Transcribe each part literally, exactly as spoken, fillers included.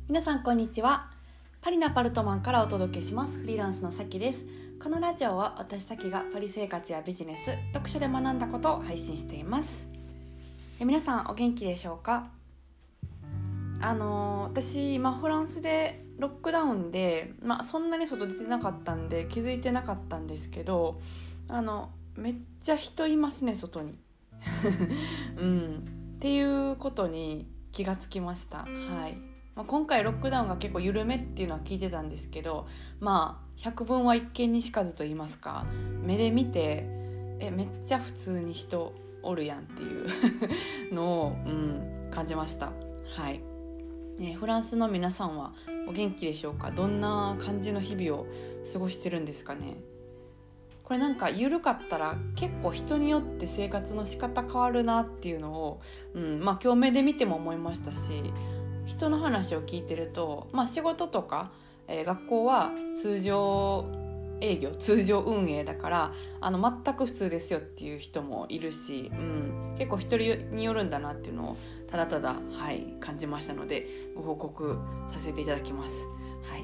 皆さんこんにちは。パリのアパルトマンからお届けしますフリーランスのさきです。このラジオは私さきがパリ生活やビジネス、読書で学んだことを配信しています。え皆さんお元気でしょうか？あのー、私今フランスでロックダウンで、まあ、そんなに外出てなかったんで気づいてなかったんですけど、あのめっちゃ人いますね外に、うん、っていうことに気がつきました。はいまあ、今回ロックダウンが結構緩めっていうのは聞いてたんですけど、まあ百聞は一見にしかずと言いますか、目で見てえめっちゃ普通に人おるやんっていうのを、うん、感じました。はい、ね、フランスの皆さんはお元気でしょうか？どんな感じの日々を過ごしてるんですかね？これなんか緩かったら結構人によって生活の仕方変わるなっていうのを、うんまあ、今日目で見ても思いましたし、人の話を聞いてると、まあ、仕事とか、えー、学校は通常営業通常運営だからあの全く普通ですよっていう人もいるし、うん、結構人によるんだなっていうのをただただ、はい、感じましたのでご報告させていただきます。はい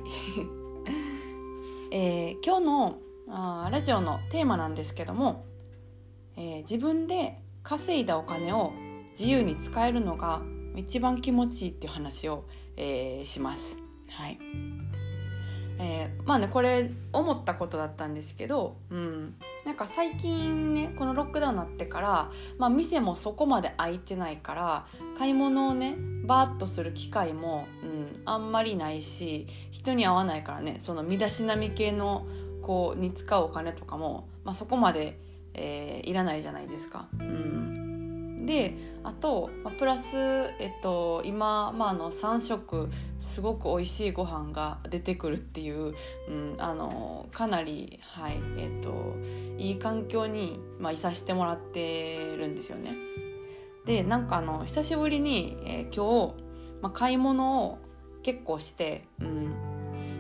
えー、今日のあラジオのテーマなんですけども、えー、自分で稼いだお金を自由に使えるのが一番気持ちいいっていう話を、えー、します。はいえー、まあねこれ思ったことだったんですけど、うん、なんか最近ねこのロックダウンになってから、まあ、店もそこまで開いてないから買い物をねバーッとする機会も、うん、あんまりないし、人に会わないからねその身だしなみ系のこうに使うお金とかも、まあ、そこまで、えー、いらないじゃないですか。うんであと、まあ、プラス、えっと、今、まあ、あのさん食すごく美味しいご飯が出てくるっていう、うん、あのかなり、はいえっと、いい環境に、まあ、いさせてもらってるんですよね。でなんかあの久しぶりに、えー、今日、まあ、買い物を結構して、うん、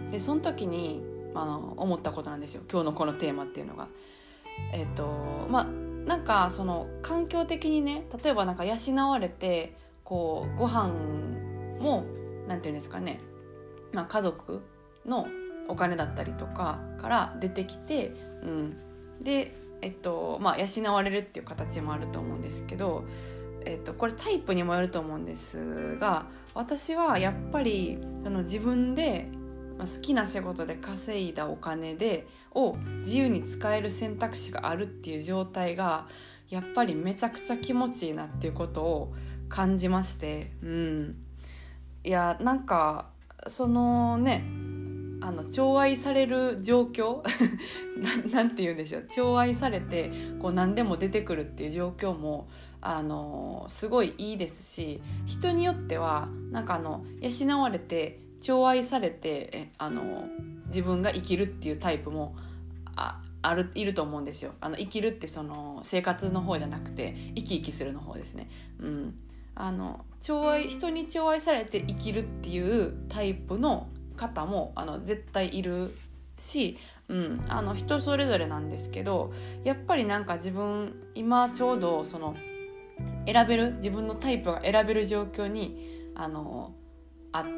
でその時に、まあ、あの思ったことなんですよ、今日のこのテーマっていうのが。えっとまあなんかその環境的にね、例えばなんか養われてこうご飯もなんていうんですかね、まあ、家族のお金だったりとかから出てきて、うん、でえっとまあ養われるっていう形もあると思うんですけど、えっとこれタイプにもよると思うんですが、私はやっぱりその自分で好きな仕事で稼いだお金でを自由に使える選択肢があるっていう状態がやっぱりめちゃくちゃ気持ちいいなっていうことを感じまして、うん、いやなんかそのねあの寵愛される状況な, なんて言うんでしょう、寵愛されてこう何でも出てくるっていう状況もあのすごいいいですし、人によってはなんかあの養われて寵愛されてえあの自分が生きるっていうタイプも あ, あるいると思うんですよ。あの生きるってその生活の方じゃなくて生き生きするの方ですね。うん、あの寵愛人に寵愛されて生きるっていうタイプの方もあの絶対いるし、うん、あの人それぞれなんですけど、やっぱりなんか自分今ちょうどその選べる自分のタイプが選べる状況にあのあって、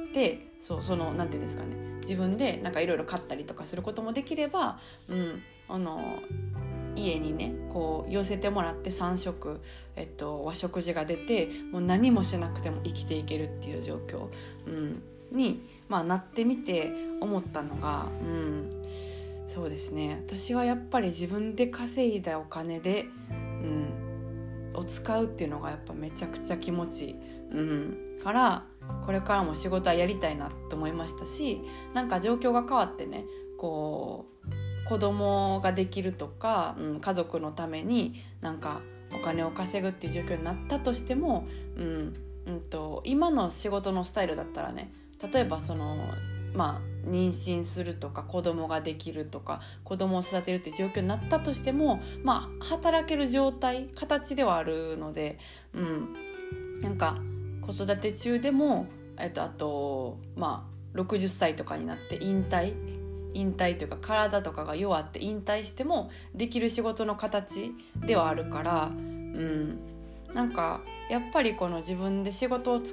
そうそのなんていうんですかね、自分でなんかいろいろ買ったりとかすることもできれば、うん、あの家にねこう寄せてもらってさん食、えっと、和食事が出てもう何もしなくても生きていけるっていう状況、うんに、まあ、なってみて思ったのが、うん、そうですね、私はやっぱり自分で稼いだお金で、うん、を使うっていうのがやっぱめちゃくちゃ気持ちいい、うん、からこれからも仕事はやりたいなと思いましたし、なんか状況が変わってねこう子供ができるとか、うん、家族のためになんかお金を稼ぐっていう状況になったとしても、うんうん、と今の仕事のスタイルだったらね、例えばそのまあ妊娠するとか子供ができるとか子供を育てるっていう状況になったとしても、まあ働ける状態形ではあるので、うん、なんか子育て中でも、えっと、あとまあろくじゅっさいとかになって引退引退というか体とかが弱って引退してもできる仕事の形ではあるから、うん、なんかやっぱりこの自分で仕事を作っ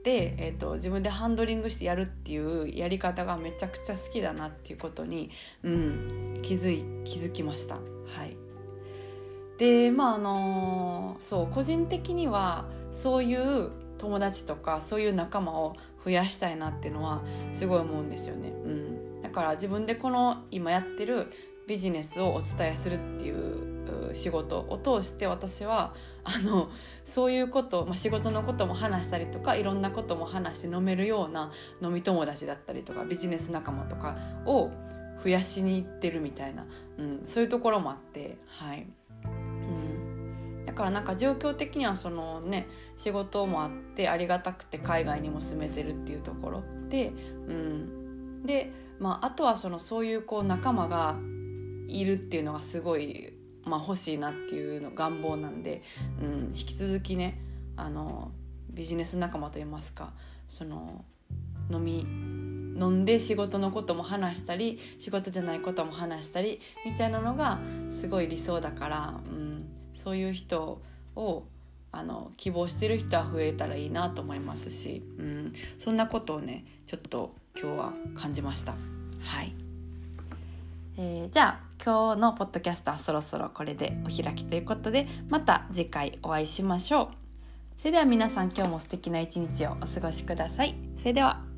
で、えーと、自分でハンドリングしてやるっていうやり方がめちゃくちゃ好きだなっていうことに、うん、気づい気づきました。はい。でまああのそう個人的にはそういう友達とかそういう仲間を増やしたいなっていうのはすごい思うんですよね。うん、だから自分でこの今やってるビジネスをお伝えするっていう仕事を通して私はあのそういうこと、まあ、仕事のことも話したりとかいろんなことも話して飲めるような飲み友達だったりとかビジネス仲間とかを増やしに行ってるみたいな、うん、そういうところもあって、はい、うん、だからなんか状況的にはそのね仕事もあってありがたくて海外にも住めてるっていうところで、うん、で、まあ、あとはそのそういうこう仲間がいるっていうのがすごい、まあ、欲しいなっていうの願望なんで、うん、引き続きねあのビジネス仲間といいますかその飲み飲んで仕事のことも話したり仕事じゃないことも話したりみたいなのがすごい理想だから、うん、そういう人をあの希望してる人は増えたらいいなと思いますし、うん、そんなことをねちょっと今日は感じました。はい、えー、じゃあ今日のポッドキャストはそろそろこれでお開きということでまた次回お会いしましょう。それでは皆さん今日も素敵な一日をお過ごしください。それでは。